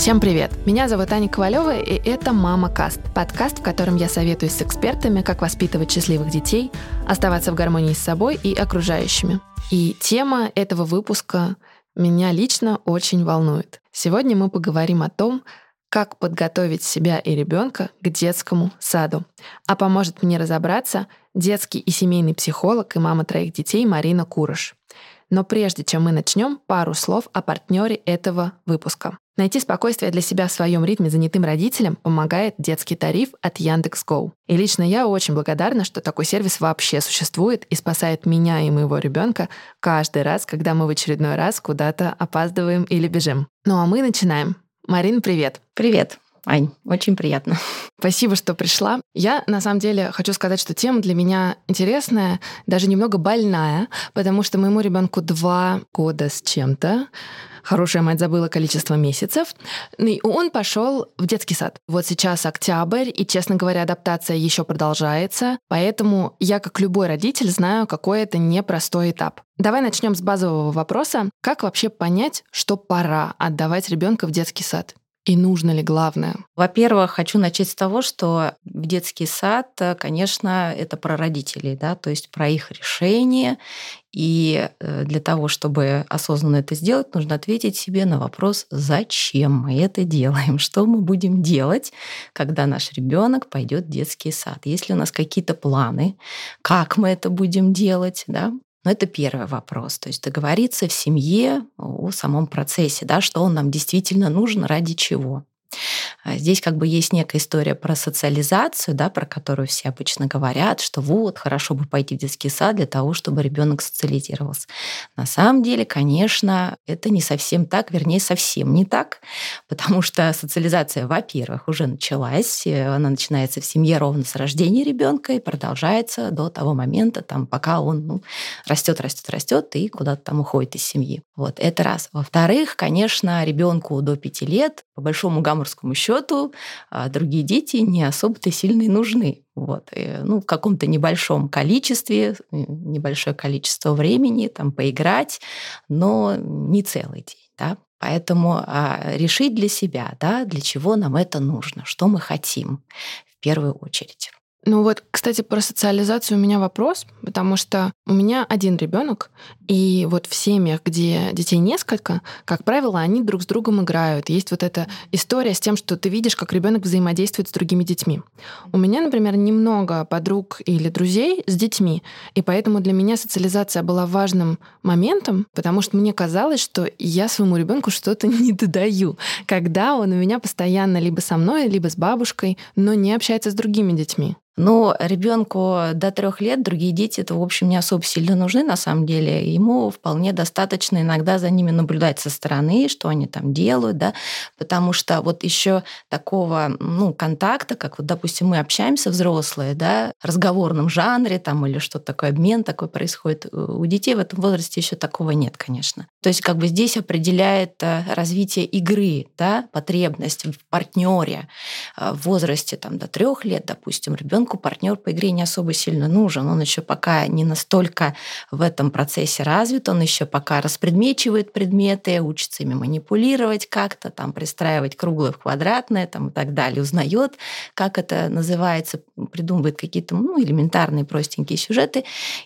Всем привет! Меня зовут Аня Ковалева, и это «Мама Каст» — подкаст, в котором я советуюсь с экспертами, как воспитывать счастливых детей, оставаться в гармонии с собой и окружающими. И тема этого выпуска меня лично очень волнует. Сегодня мы поговорим о том, как подготовить себя и ребенка к детскому саду. А поможет мне разобраться детский и семейный психолог и мама 3 детей Марина Кураш. Но прежде чем мы начнем, пару слов о партнере этого выпуска. Найти спокойствие для себя в своем ритме занятым родителям помогает детский тариф от Яндекс.Гоу. И лично я очень благодарна, что такой сервис вообще существует и спасает меня и моего ребенка каждый раз, когда мы в очередной раз куда-то опаздываем или бежим. Ну а мы начинаем. Марин, привет. Привет, Ань, очень приятно. Спасибо, что пришла. Я, на самом деле, хочу сказать, что тема для меня интересная, даже немного больная, потому что моему ребенку 2 года с чем-то. Хорошая мать забыла количество месяцев. И он пошел в детский сад. Вот сейчас октябрь, и, честно говоря, адаптация еще продолжается. Поэтому я, как любой родитель, знаю, какой это непростой этап. Давай начнем с базового вопроса. Как вообще понять, что пора отдавать ребенка в детский сад? И нужно ли главное? Во-первых, хочу начать с того, что в детский сад, конечно, это про родителей, да, то есть про их решение. И для того, чтобы осознанно это сделать, нужно ответить себе на вопрос, зачем мы это делаем, что мы будем делать, когда наш ребенок пойдет в детский сад. Есть ли у нас какие-то планы, как мы это будем делать, да? Но это первый вопрос. То есть договориться в семье о самом процессе, да, что он нам действительно нужен, ради чего. Здесь как бы есть некая история про социализацию, да, про которую все обычно говорят, что вот, хорошо бы пойти в детский сад для того, чтобы ребенок социализировался. На самом деле, конечно, это не совсем так, вернее, совсем не так, потому что социализация, во-первых, уже началась, она начинается в семье ровно с рождения ребенка и продолжается до того момента, там, пока он растет и куда-то там уходит из семьи. Вот, это раз. Во-вторых, конечно, ребенку до 5 лет, по большому гаммурскому счету, другие дети не особо-то сильно и нужны. Вот. В каком-то небольшом количестве, небольшое количество времени там, поиграть, но не целый день. Да? Поэтому решить для себя, да, для чего нам это нужно, что мы хотим в первую очередь. Ну вот, кстати, про социализацию у меня вопрос, потому что у меня один ребенок, и вот в семьях, где детей несколько, как правило, они друг с другом играют. Есть вот эта история с тем, что ты видишь, как ребенок взаимодействует с другими детьми. У меня, например, немного подруг или друзей с детьми, и поэтому для меня социализация была важным моментом, потому что мне казалось, что я своему ребенку что-то не додаю, когда он у меня постоянно либо со мной, либо с бабушкой, но не общается с другими детьми. Но ребенку до 3 лет другие дети это, в общем, не особо сильно нужны на самом деле. Ему вполне достаточно иногда за ними наблюдать со стороны, что они там делают, да, потому что вот еще такого контакта, как вот, допустим, мы общаемся взрослые, да, в разговорном жанре там или что-то такое, обмен такой происходит, у детей в этом возрасте еще такого нет, конечно. То есть как бы здесь определяет развитие игры, да, потребность в партнере в возрасте там, до 3 лет, допустим, ребенку партнер по игре не особо сильно нужен. Он еще пока не настолько в этом процессе развит, он еще пока распредмечивает предметы, учится ими манипулировать как-то, там, пристраивать круглое в квадратное там, и так далее, узнает, как это называется, придумывает какие-то элементарные простенькие сюжеты.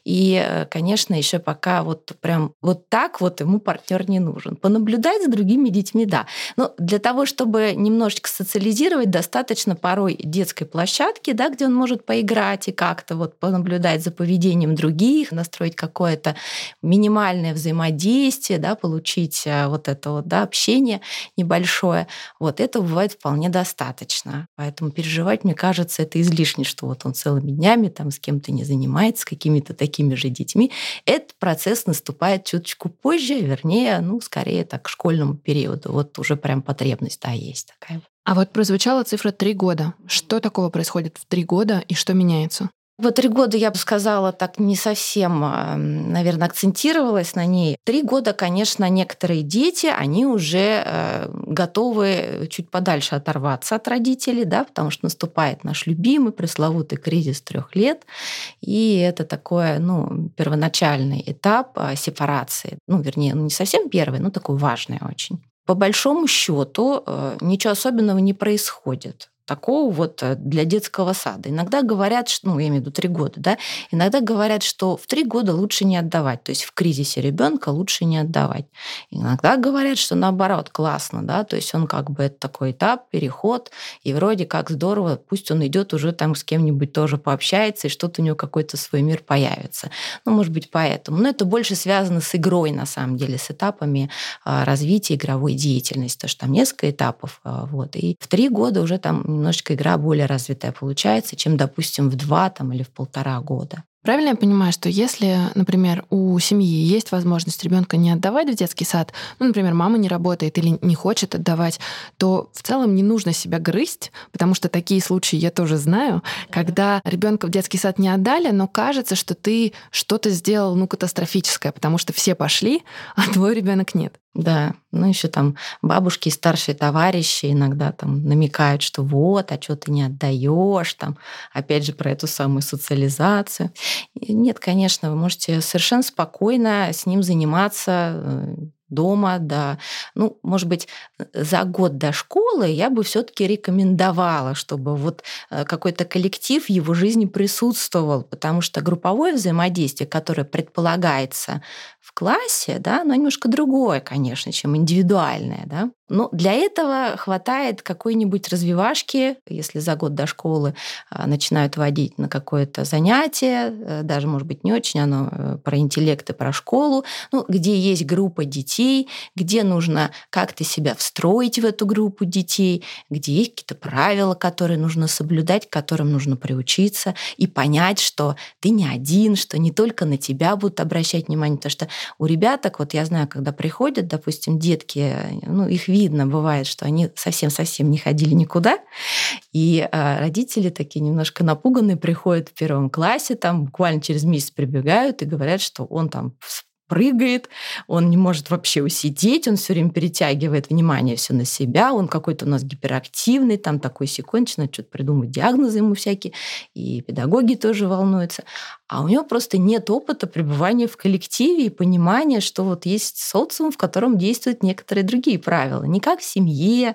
И, конечно, еще пока вот прям вот так вот ему партнер не нужен. Понаблюдать за другими детьми, да. Но для того, чтобы немножечко социализировать, достаточно порой детской площадки, да, где он может поиграть и как-то вот понаблюдать за поведением других, настроить какое-то минимальное взаимодействие, да, получить вот это вот, да, общение небольшое. Вот это бывает вполне достаточно. Поэтому переживать, мне кажется, это излишне, что вот он целыми днями там с кем-то не занимается, с какими-то такими же детьми. Этот процесс наступает чуточку позже, вернее, скорее так к школьному периоду. Вот уже прям потребность, да, есть такая. А вот прозвучала цифра 3 года. Что такого происходит в 3 года и что меняется? Вот 3 года, я бы сказала, так не совсем, наверное, акцентировалась на ней. 3 года, конечно, некоторые дети, они уже готовы чуть подальше оторваться от родителей, да, потому что наступает наш любимый пресловутый кризис 3 лет, и это такой, первоначальный этап сепарации. Вернее, не совсем первый, но такой важный очень. по большому счету ничего особенного не происходит. Такого вот для детского сада. Иногда говорят, что, я имею в виду 3 года, да, иногда говорят, что в 3 года лучше не отдавать, то есть в кризисе ребенка лучше не отдавать. Иногда говорят, что наоборот, классно, да, то есть он это такой этап, переход, и вроде как здорово, пусть он идет уже там с кем-нибудь тоже пообщается, и что-то у него какой-то свой мир появится. Может быть, поэтому. Но это больше связано с игрой, на самом деле, с этапами развития игровой деятельности, потому что там несколько этапов, и в 3 года уже там немножечко игра более развитая получается, чем, допустим, в 2 или в 1,5 года. Правильно я понимаю, что если, например, у семьи есть возможность ребенка не отдавать в детский сад, например, мама не работает или не хочет отдавать, то в целом не нужно себя грызть, потому что такие случаи я тоже знаю, когда ребенка в детский сад не отдали, но кажется, что ты что-то сделал катастрофическое, потому что все пошли, а твой ребенок нет. Да, еще там бабушки и старшие товарищи иногда там намекают, что а что ты не отдаешь, там, опять же, про эту самую социализацию. Нет, конечно, вы можете совершенно спокойно с ним заниматься дома, да. Может быть, за год до школы я бы все-таки рекомендовала, чтобы какой-то коллектив в его жизни присутствовал, потому что групповое взаимодействие, которое предполагается в классе, да, оно немножко другое, конечно, чем индивидуальное, да. Но для этого хватает какой-нибудь развивашки, если за год до школы начинают водить на какое-то занятие, даже, может быть, не очень оно про интеллект и про школу, где есть группа детей, где нужно как-то себя встроить в эту группу детей, где есть какие-то правила, которые нужно соблюдать, к которым нужно приучиться, и понять, что ты не один, что не только на тебя будут обращать внимание, потому что у ребяток, я знаю, когда приходят, допустим, детки, их видно бывает, что они совсем-совсем не ходили никуда, и родители такие немножко напуганные приходят в 1 классе, там буквально через месяц прибегают и говорят, что он там прыгает, он не может вообще усидеть, он все время перетягивает внимание все на себя, он какой-то у нас гиперактивный, там такой-сякой, начинает что-то придумывать, диагнозы ему всякие, и педагоги тоже волнуются. А у него просто нет опыта пребывания в коллективе и понимания, что есть социум, в котором действуют некоторые другие правила. Не как в семье,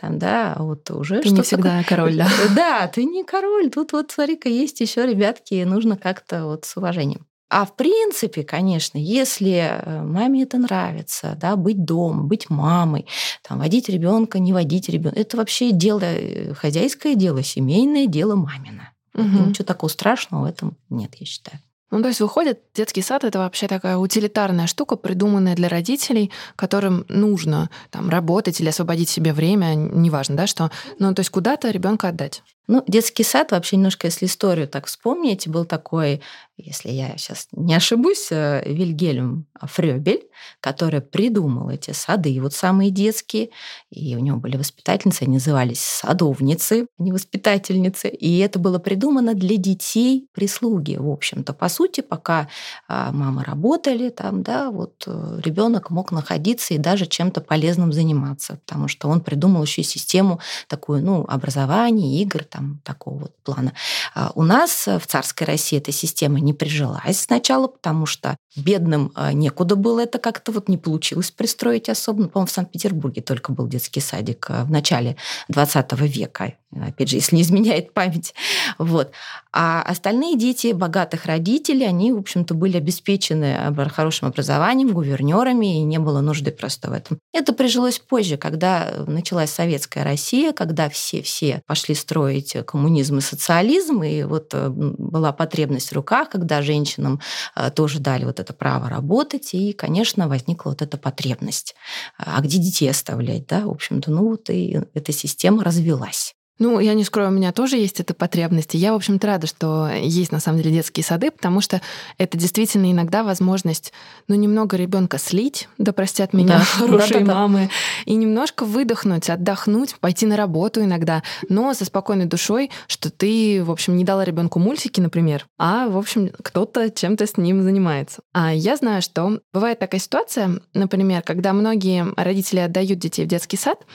уже ты не всегда король, да? Да, ты не король. Тут смотри-ка, есть еще ребятки, нужно как-то с уважением. А в принципе, конечно, если маме это нравится, да, быть дома, быть мамой, водить ребенка, не водить ребенка, это вообще дело хозяйское дело, семейное дело мамино. Ничего такого страшного в этом нет, я считаю. То есть выходит, детский сад — это вообще такая утилитарная штука, придуманная для родителей, которым нужно работать или освободить себе время, неважно, да, что, то есть куда-то ребенка отдать. Детский сад, вообще немножко, если историю так вспомнить, был такой, если я сейчас не ошибусь, Вильгельм Фрёбель, который придумал эти сады, самые детские, и у него были воспитательницы, они назывались садовницы, а не воспитательницы, и это было придумано для детей прислуги, в общем-то. По сути, пока мамы работали, ребенок мог находиться и даже чем-то полезным заниматься, потому что он придумал еще систему такую, образования, игр, такого плана. У нас в царской России эта система не прижилась сначала, потому что бедным некуда было это как-то не получилось пристроить особо. По-моему, в Санкт-Петербурге только был детский садик в начале 20 века. Опять же, если не изменяет память. А остальные дети богатых родителей, они, в общем-то, были обеспечены хорошим образованием, гувернерами, и не было нужды просто в этом. Это прижилось позже, когда началась советская Россия, когда все пошли строить коммунизм и социализм, и была потребность в руках, когда женщинам тоже дали это право работать, и, конечно, возникла эта потребность. А где детей оставлять, да? В общем-то, и эта система развилась. Я не скрою, у меня тоже есть эта потребность. И я, в общем-то, рада, что есть на самом деле детские сады, потому что это действительно иногда возможность, немного ребенка слить, да простят меня хорошие мамы, и немножко выдохнуть, отдохнуть, пойти на работу иногда, но со спокойной душой, что ты, в общем, не дала ребенку мультики, например, а, в общем, кто-то чем-то с ним занимается. А я знаю, что бывает такая ситуация, например, когда многие родители отдают детей в детский сад,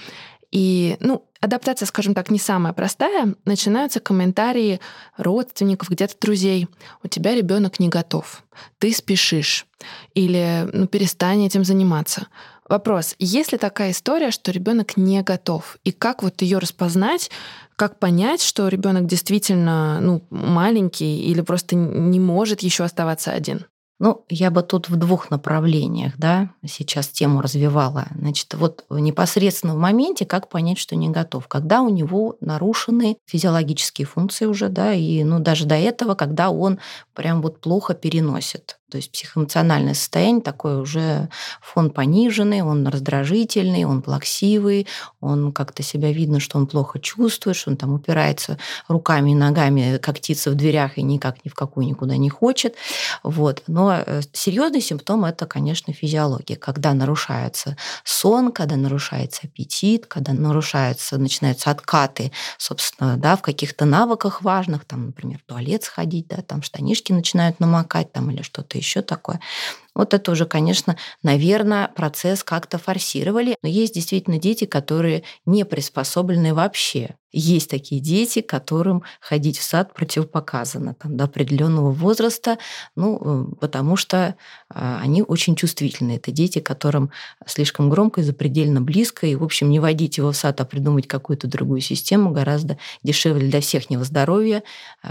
И, адаптация, скажем так, не самая простая. Начинаются комментарии родственников, где-то друзей. У тебя ребенок не готов, ты спешишь, или перестань этим заниматься. Вопрос: есть ли такая история, что ребенок не готов? И как вот ее распознать, как понять, что ребенок действительно маленький или просто не может еще оставаться один? Я бы тут в двух направлениях, сейчас тему развивала. Значит, вот непосредственно в моменте, как понять, что не готов, когда у него нарушены физиологические функции уже, и даже до этого, когда он прям вот плохо переносит. То есть психоэмоциональное состояние такое уже, фон пониженный, он раздражительный, он плаксивый, он как-то себя видно, что он плохо чувствует, что он там упирается руками и ногами, когтится в дверях и никак ни в какую никуда не хочет. Вот. Но серьезный симптом – это, конечно, физиология, когда нарушается сон, когда нарушается аппетит, когда начинаются откаты, собственно, в каких-то навыках важных, там, например, в туалет сходить, там штанишки начинают намокать, там, или что-то еще такое. Вот это уже, конечно, наверное, процесс как-то форсировали. Но есть действительно дети, которые не приспособлены вообще. Есть такие дети, которым ходить в сад противопоказано до определенного возраста, потому что они очень чувствительны. Это дети, которым слишком громко и запредельно близко, и, в общем, не водить его в сад, а придумать какую-то другую систему гораздо дешевле для всех здоровья,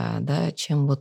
чем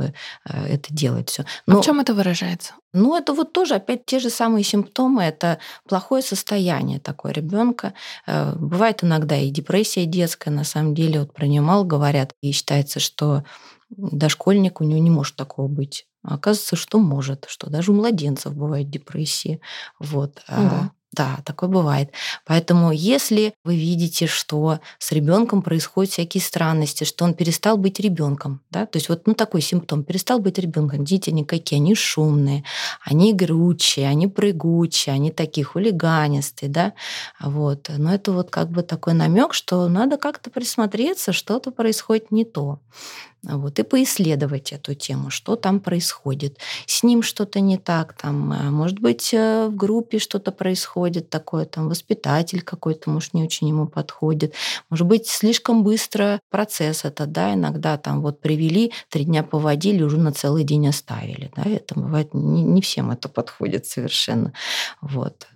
это делать все. А в чем это выражается? Это вот тоже опять те же самые симптомы. Это плохое состояние такое ребенка. Бывает иногда и депрессия детская, на самом деле, вот про нее мало говорят. И считается, что дошкольник, у него не может такого быть. А оказывается, что может, что даже у младенцев бывают депрессии. Вот. Ого. Да, такое бывает. Поэтому если вы видите, что с ребенком происходят всякие странности, что он перестал быть ребенком, то есть такой симптом, перестал быть ребенком. Дети никакие, они шумные, они игручие, они прыгучие, они такие хулиганистые, вот. Но это такой намек, что надо как-то присмотреться, что-то происходит не то. Вот, и поисследовать эту тему, что там происходит. С ним что-то не так, может быть, в группе что-то происходит такое, воспитатель какой-то, может, не очень ему подходит. Может быть, слишком быстро процесс этот, иногда привели, 3 дня поводили, уже на целый день оставили. Это бывает, не всем это подходит совершенно. Вот.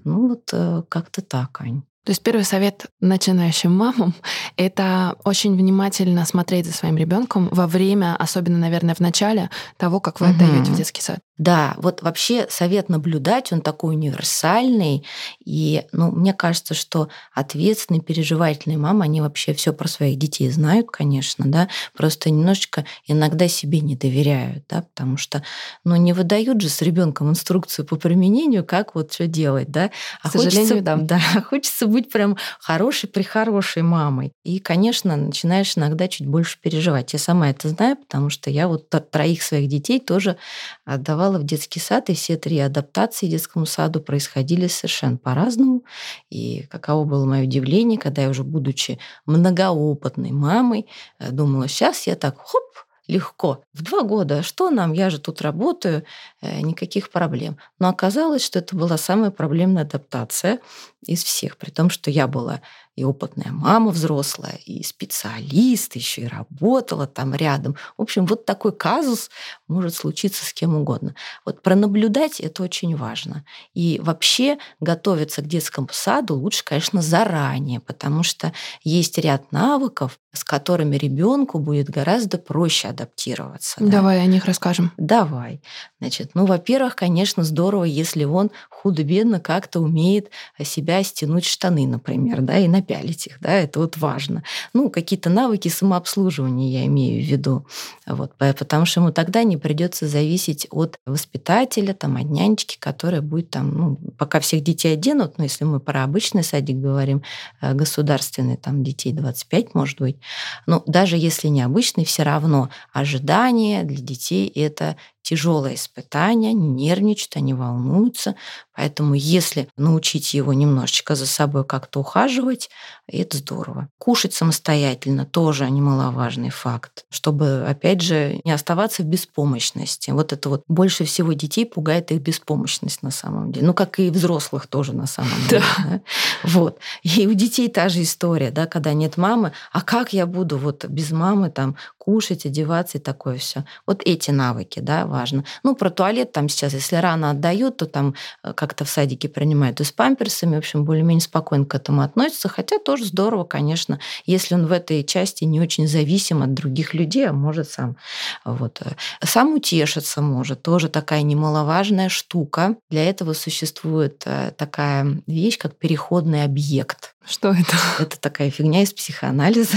Как-то так, Ань. То есть первый совет начинающим мамам — это очень внимательно смотреть за своим ребенком во время, особенно, наверное, в начале того, как вы отдаете в детский сад. Да, вот вообще совет наблюдать, он такой универсальный. И мне кажется, что ответственные, переживательные мамы, они вообще все про своих детей знают, конечно, просто немножечко иногда себе не доверяют, потому что не выдают же с ребенком инструкцию по применению, как что делать, К сожалению, да. Хочется быть прям хорошей-прехорошей мамой. И, конечно, начинаешь иногда чуть больше переживать. Я сама это знаю, потому что я 3 своих детей тоже отдавала в детский сад, и все 3 адаптации к детскому саду происходили совершенно по-разному. И каково было мое удивление, когда я уже, будучи многоопытной мамой, думала, сейчас я так легко. В 2 года, что нам, я же тут работаю, никаких проблем. Но оказалось, что это была самая проблемная адаптация из всех, при том, что я была и опытная мама взрослая, и специалист, еще и работала там рядом. В общем, такой казус может случиться с кем угодно. Пронаблюдать это очень важно. И вообще готовиться к детскому саду лучше, конечно, заранее, потому что есть ряд навыков, с которыми ребенку будет гораздо проще адаптироваться. Давай о них расскажем. Давай. Значит, во-первых, конечно, здорово, если он худо-бедно как-то умеет себя стянуть штаны, например, и напялить их, это важно. Какие-то навыки самообслуживания я имею в виду, потому что ему тогда не придется зависеть от воспитателя, от нянечки, которая будет пока всех детей оденут, если мы про обычный садик говорим, государственный, детей 25, может быть, но даже если не обычный, все равно ожидание для детей – это тяжелое испытание, они нервничают, они волнуются. Поэтому если научить его немножечко за собой как-то ухаживать, это здорово. Кушать самостоятельно тоже немаловажный факт, чтобы, опять же, не оставаться в беспомощности. Вот это вот больше всего детей пугает их беспомощность на самом деле. Ну, как и взрослых тоже на самом деле. Да? Вот. И у детей та же история, да, когда нет мамы. А как я буду вот без мамы там кушать, одеваться и такое все. Вот эти навыки, да, важно. Ну, про туалет там сейчас, если рано отдают, то там как-то в садике принимают и с памперсами, в общем, более-менее спокойно к этому относятся, хотя тоже здорово, конечно, если он в этой части не очень зависим от других людей, а может сам. Вот. Сам утешиться может, тоже такая немаловажная штука. Для этого существует такая вещь, как переходный объект. Что это? Это такая фигня из психоанализа.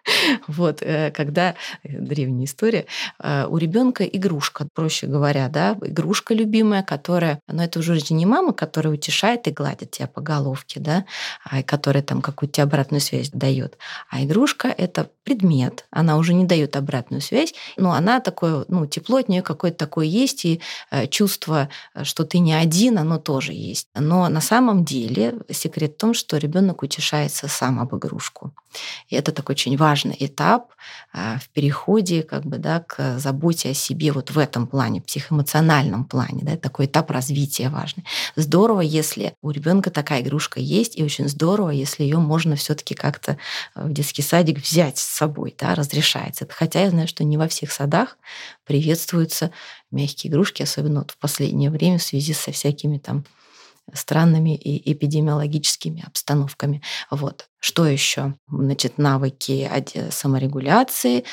Вот, когда, древняя история, у ребенка игрушка, проще говоря, да, игрушка любимая, которая, но это уже не мама, которая утешает и гладит тебя по головке, да, которая там какую-то тебе обратную связь дает, а игрушка — это предмет, она уже не дает обратную связь, но она такое, ну, тепло от нее какое-то такое есть, и чувство, что ты не один, оно тоже есть. Но на самом деле секрет в том, что ребенок утешается сам об игрушку. И это такой очень важный этап в переходе как бы, да, к заботе о себе вот в этом плане, психоэмоциональном плане. Да, такой этап развития важный. Здорово, если у ребенка такая игрушка есть, и очень здорово, если ее можно все-таки как-то в детский садик взять с собой, да, разрешается. Хотя я знаю, что не во всех садах приветствуются мягкие игрушки, особенно вот в последнее время в связи со всякими там странными и эпидемиологическими обстановками. Вот. Что еще? Значит, навыки саморегуляции,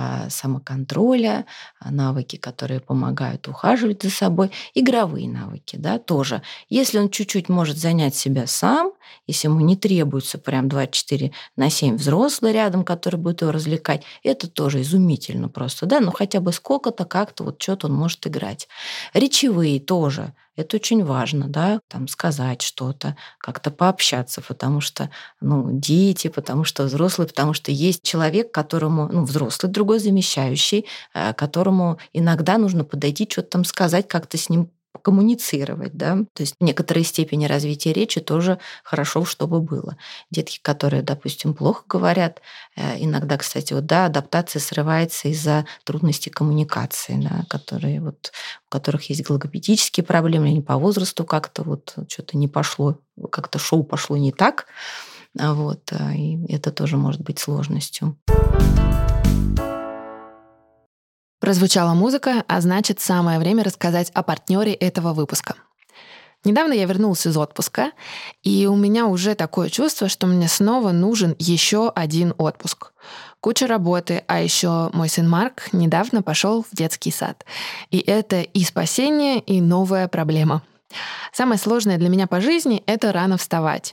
самоконтроля, навыки, которые помогают ухаживать за собой, игровые навыки, да, тоже. Если он чуть-чуть может занять себя сам, если ему не требуется прям 24/7 взрослый рядом, который будет его развлекать, это тоже изумительно просто, да, но хотя бы сколько-то как-то вот что-то он может играть. Речевые тоже. Это очень важно, да, там сказать что-то, как-то пообщаться, потому что, ну, дети, потому что взрослые, потому что есть человек, которому, ну, взрослый, другой замещающий, которому иногда нужно подойти, что-то там сказать, как-то с ним коммуницировать, да, то есть некоторые степени развития речи тоже хорошо, чтобы было. Детки, которые, допустим, плохо говорят, иногда, кстати, вот, да, адаптация срывается из-за трудностей коммуникации, да, которые вот, у которых есть логопедические проблемы, они по возрасту как-то вот что-то не пошло, как-то шоу пошло не так, вот, и это тоже может быть сложностью. Прозвучала музыка, а значит, самое время рассказать о партнере этого выпуска. Недавно я вернулась из отпуска, и у меня уже такое чувство, что мне снова нужен еще один отпуск. Куча работы, а еще мой сын Марк недавно пошел в детский сад. И это и спасение, и новая проблема. Самое сложное для меня по жизни — это рано вставать.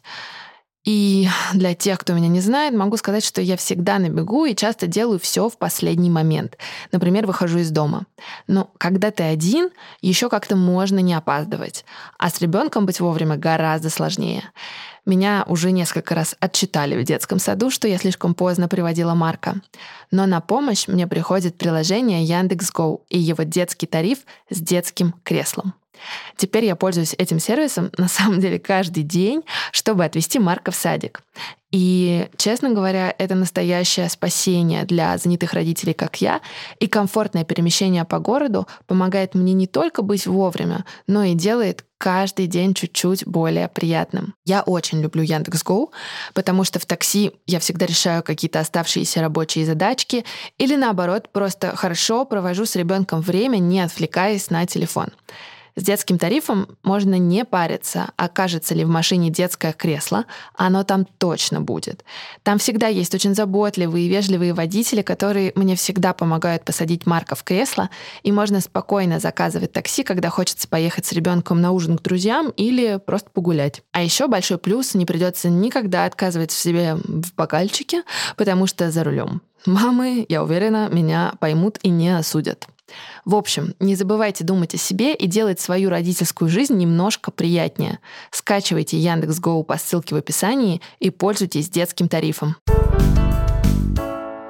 И для тех, кто меня не знает, могу сказать, что я всегда на бегу и часто делаю все в последний момент. Например, выхожу из дома. Но когда ты один, еще как-то можно не опаздывать. А с ребенком быть вовремя гораздо сложнее. Меня уже несколько раз отчитали в детском саду, что я слишком поздно приводила Марка. Но на помощь мне приходит приложение Яндекс.Го и его детский тариф с детским креслом. Теперь я пользуюсь этим сервисом, на самом деле, каждый день, чтобы отвезти Марка в садик. И, честно говоря, это настоящее спасение для занятых родителей, как я, и комфортное перемещение по городу помогает мне не только быть вовремя, но и делает каждый день чуть-чуть более приятным. Я очень люблю Яндекс.Го, потому что в такси я всегда решаю какие-то оставшиеся рабочие задачки или, наоборот, просто хорошо провожу с ребенком время, не отвлекаясь на телефон. С детским тарифом можно не париться, окажется ли в машине детское кресло, оно там точно будет. Там всегда есть очень заботливые и вежливые водители, которые мне всегда помогают посадить Марка в кресло, и можно спокойно заказывать такси, когда хочется поехать с ребенком на ужин к друзьям или просто погулять. А еще большой плюс — не придется никогда отказывать в себе в бокальчике, потому что за рулем. Мамы, я уверена, меня поймут и не осудят. В общем, не забывайте думать о себе и делать свою родительскую жизнь немножко приятнее. Скачивайте Яндекс.Го по ссылке в описании и пользуйтесь детским тарифом.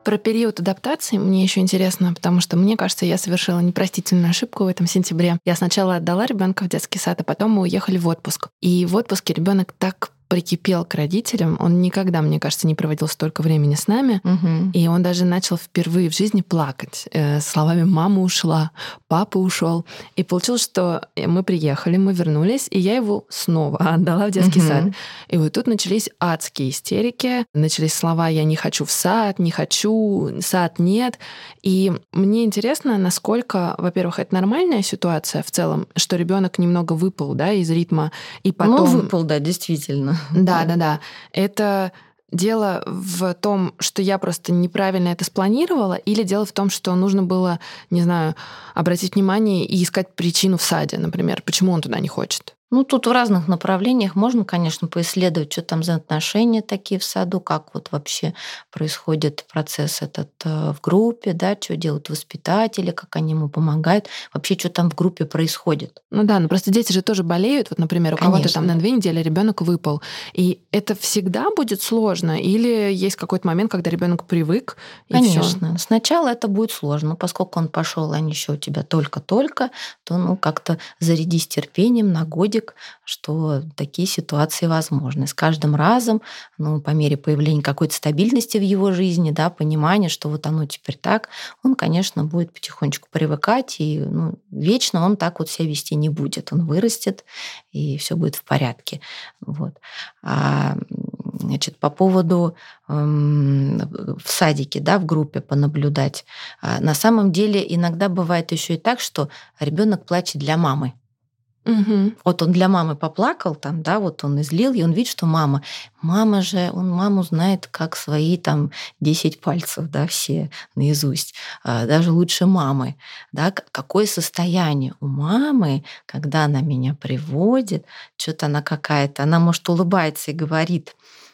Про период адаптации мне еще интересно, потому что мне кажется, я совершила непростительную ошибку в этом сентябре. Я сначала отдала ребенка в детский сад, а потом мы уехали в отпуск. И в отпуске ребенок так прикипел к родителям. Он никогда, мне кажется, не проводил столько времени с нами. Мгм. И он даже начал впервые в жизни плакать словами «мама ушла», «папа ушел». И получилось, что мы приехали, мы вернулись, и я его снова отдала в детский Мгм. сад. И вот тут начались адские истерики, начались слова «я не хочу в сад», «не хочу», «сад нет». И мне интересно, насколько, во-первых, это нормальная ситуация в целом, что ребенок немного выпал, да, из ритма, и потом... Ну, выпал, да, действительно. Да. Это дело в том, что я просто неправильно это спланировала, или дело в том, что нужно было, не знаю, обратить внимание и искать причину в саде, например, почему он туда не хочет? Ну, тут в разных направлениях можно, конечно, поисследовать, что там за отношения такие в саду, как вот вообще происходит процесс этот в группе, да, что делают воспитатели, как они ему помогают, вообще, что там в группе происходит. Ну да, но просто дети же тоже болеют. Вот, например, у кого-то там Конечно. на 2 недели ребенок выпал. И это всегда будет сложно? Или есть какой-то момент, когда ребенок привык, и всё? Конечно. Сначала это будет сложно, поскольку он пошел, они еще у тебя только-только, то ну как-то зарядись терпением на годик, что такие ситуации возможны. С каждым разом, ну, по мере появления какой-то стабильности в его жизни, да, понимания, что вот оно теперь так, он, конечно, будет потихонечку привыкать, и ну, вечно он так вот себя вести не будет. Он вырастет, и все будет в порядке. Вот. Значит, по поводу в садике, да, в группе понаблюдать. На самом деле иногда бывает еще и так, что ребенок плачет для мамы. Мгм. Вот он для мамы поплакал там, да, вот он излил, и он видит, что мама же, он маму знает как свои там 10 пальцев, да, все наизусть, даже лучше мамы, да, какое состояние у мамы, когда она меня приводит, что-то она какая-то, она, может, улыбается и говорит: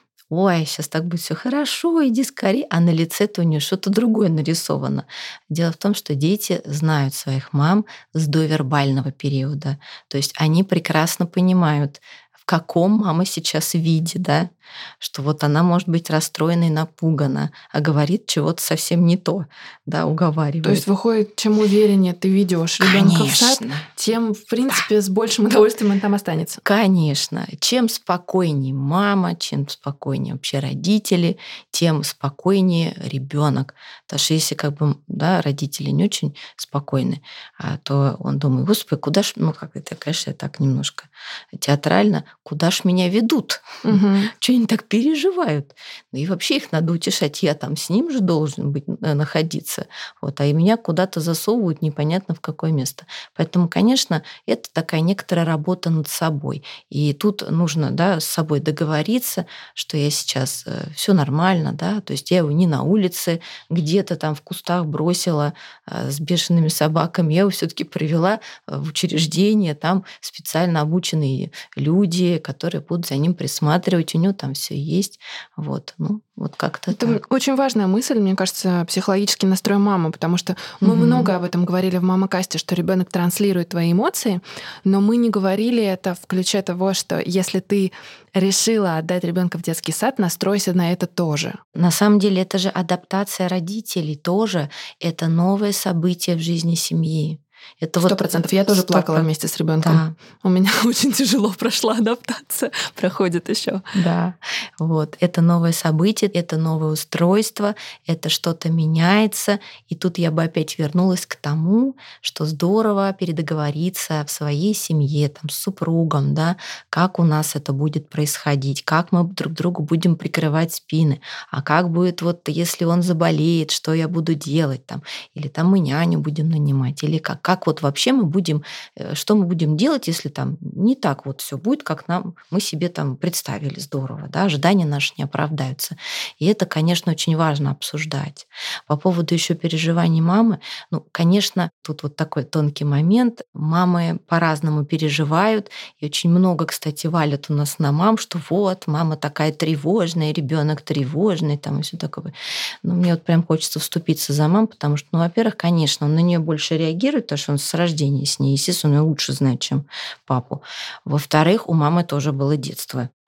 ой, сейчас так будет все хорошо, иди скорее, а на лице-то у нее что-то другое нарисовано. Дело в том, что дети знают своих мам с довербального периода. То есть они прекрасно понимают, в каком мама сейчас виде, да, что вот она может быть расстроена и напугана, а говорит чего-то совсем не то, да, То уговаривает. есть выходит, чем увереннее ты ведешь ребенка в сад, Конечно. тем, в принципе, с большим удовольствием он там останется. Конечно, чем спокойнее мама, чем спокойнее вообще родители, тем спокойнее ребенок. Потому что если как бы, да, родители не очень спокойны, то он думает: господи, куда ж, ну как это, конечно, я так немножко театрально, куда ж меня ведут? Мгм. Что они так переживают? Ну и вообще их надо утешать. Я там с ним же должен быть, находиться. Вот, а и меня куда-то засовывают непонятно в какое место. Поэтому, конечно, это такая некоторая работа над собой. И тут нужно, да, с собой договориться, что я сейчас все нормально, да, то есть я его не на улице где-то там в кустах бросила с бешеными собаками, я его все-таки привела в учреждение, там специально обученные люди, которые будут за ним присматривать, у него там все есть, вот, ну, вот как-то Это так. очень важная мысль, мне кажется, психологический настрой мамы, потому что мы много об этом говорили в мамокасте, что ребенок транслирует твои эмоции, но мы не говорили это в ключе того, что если ты решила отдать ребенка в детский сад, настройся на это тоже. На самом деле это же адаптация родителей тоже, это новое событие в жизни семьи. Это 100%. Я тоже плакала 100%. вместе с ребенком. Да. У меня очень тяжело прошла адаптация, проходит еще. Да, вот. Это новое событие, это новое устройство, это что-то меняется. И тут я бы опять вернулась к тому, что здорово передоговориться в своей семье, там, с супругом, да, как у нас это будет происходить, как мы друг другу будем прикрывать спины, а как будет вот, если он заболеет, что я буду делать там, или там мы няню будем нанимать, или как вот вообще мы будем, что мы будем делать, если там не так вот все будет, как мы себе там представили здорово, да, ожидания наши не оправдаются. И это, конечно, очень важно обсуждать. По поводу еще переживаний мамы, ну, конечно, тут вот такой тонкий момент. Мамы по-разному переживают, и очень много, кстати, валят у нас на мам, что вот, мама такая тревожная, ребенок тревожный, там и все такое. Но мне вот прям хочется вступиться за мам, потому что, ну, во-первых, конечно, он на нее больше реагирует, потому что он с рождения с ней, естественно, он ее лучше знает, чем папу. Во-вторых, у мамы тоже было детство.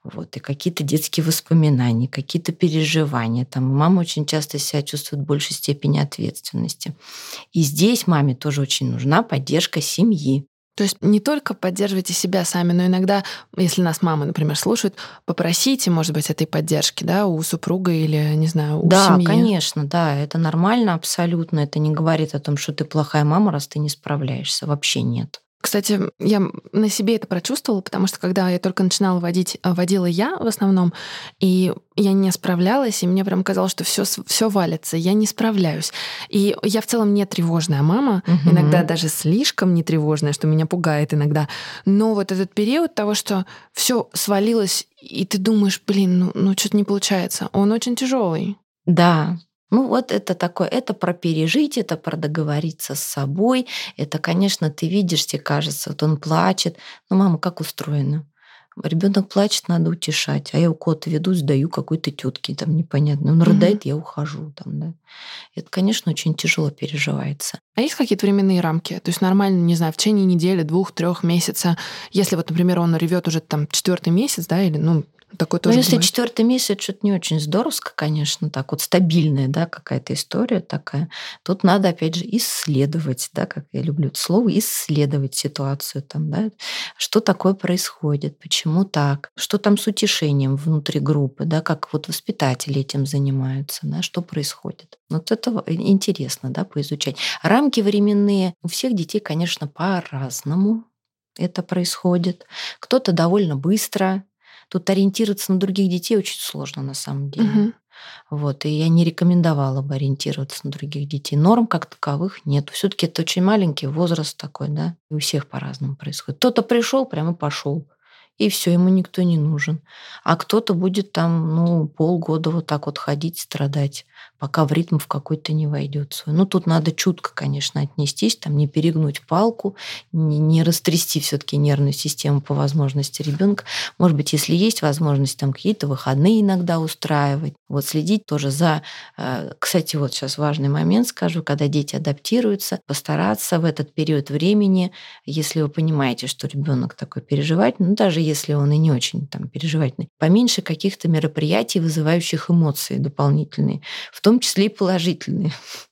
Вот, и какие-то детские воспоминания, какие-то переживания. Там мама очень часто себя чувствует в большей степени ответственности. И здесь маме тоже очень нужна поддержка семьи. То есть не только поддерживайте себя сами, но иногда, если нас мамы, например, слушают, попросите, может быть, этой поддержки, да, у супруга или, не знаю, у Да, семьи. конечно, да, это нормально абсолютно. Это не говорит о том, что ты плохая мама, раз ты не справляешься. Вообще нет. Кстати, я на себе это прочувствовала, потому что когда я только начинала водить, водила я в основном, и я не справлялась, и мне прям казалось, что все валится, я не справляюсь. И я в целом не тревожная мама, иногда даже слишком не тревожная, что меня пугает иногда. Но вот этот период того, что все свалилось, и ты думаешь, блин, ну что-то не получается, он очень тяжелый. Да. Ну вот это такое, это про пережить, это про договориться с собой. Это, конечно, ты видишь, тебе кажется, вот он плачет. Но мама как устроена? Ребенок плачет, надо утешать. А я у кого-то веду, сдаю какой-то тетке там непонятно. Он рыдает, я ухожу там, да. Это, конечно, очень тяжело переживается. А есть какие-то временные рамки? То есть нормально, не знаю, в течение недели, 2-3 месяца, если вот, например, он ревет уже там 4-й месяц, да, или, такое Но тоже если бывает. 4-й месяц, что-то не очень здоровско, конечно, так вот стабильная, да, какая-то история такая. Тут надо, опять же, исследовать, да, как я люблю это слово, исследовать ситуацию там, да, что такое происходит, почему так, что там с утешением внутри группы, да, как вот воспитатели этим занимаются, да, что происходит. Вот это интересно, да, поизучать. Рамки временные у всех детей, конечно, по-разному это происходит. Кто-то довольно быстро. Тут ориентироваться на других детей очень сложно на самом деле. Мгм. Вот, и я не рекомендовала бы ориентироваться на других детей. Норм как таковых нет. Все-таки это очень маленький возраст такой, да, и у всех по-разному происходит. Кто-то пришел, прямо пошел, и все, ему никто не нужен. А кто-то будет там, полгода вот так вот ходить, страдать, пока в ритм в какой-то не войдет свой. Ну, тут надо чутко, конечно, отнестись, там не перегнуть палку, не растрясти все-таки нервную систему по возможности ребенка. Может быть, если есть возможность, там какие-то выходные иногда устраивать. Вот следить тоже за... Кстати, вот сейчас важный момент скажу, когда дети адаптируются, постараться в этот период времени, если вы понимаете, что ребенок такой переживательный, даже если он и не очень там переживательный, поменьше каких-то мероприятий, вызывающих эмоции дополнительные, в том числе и положительные.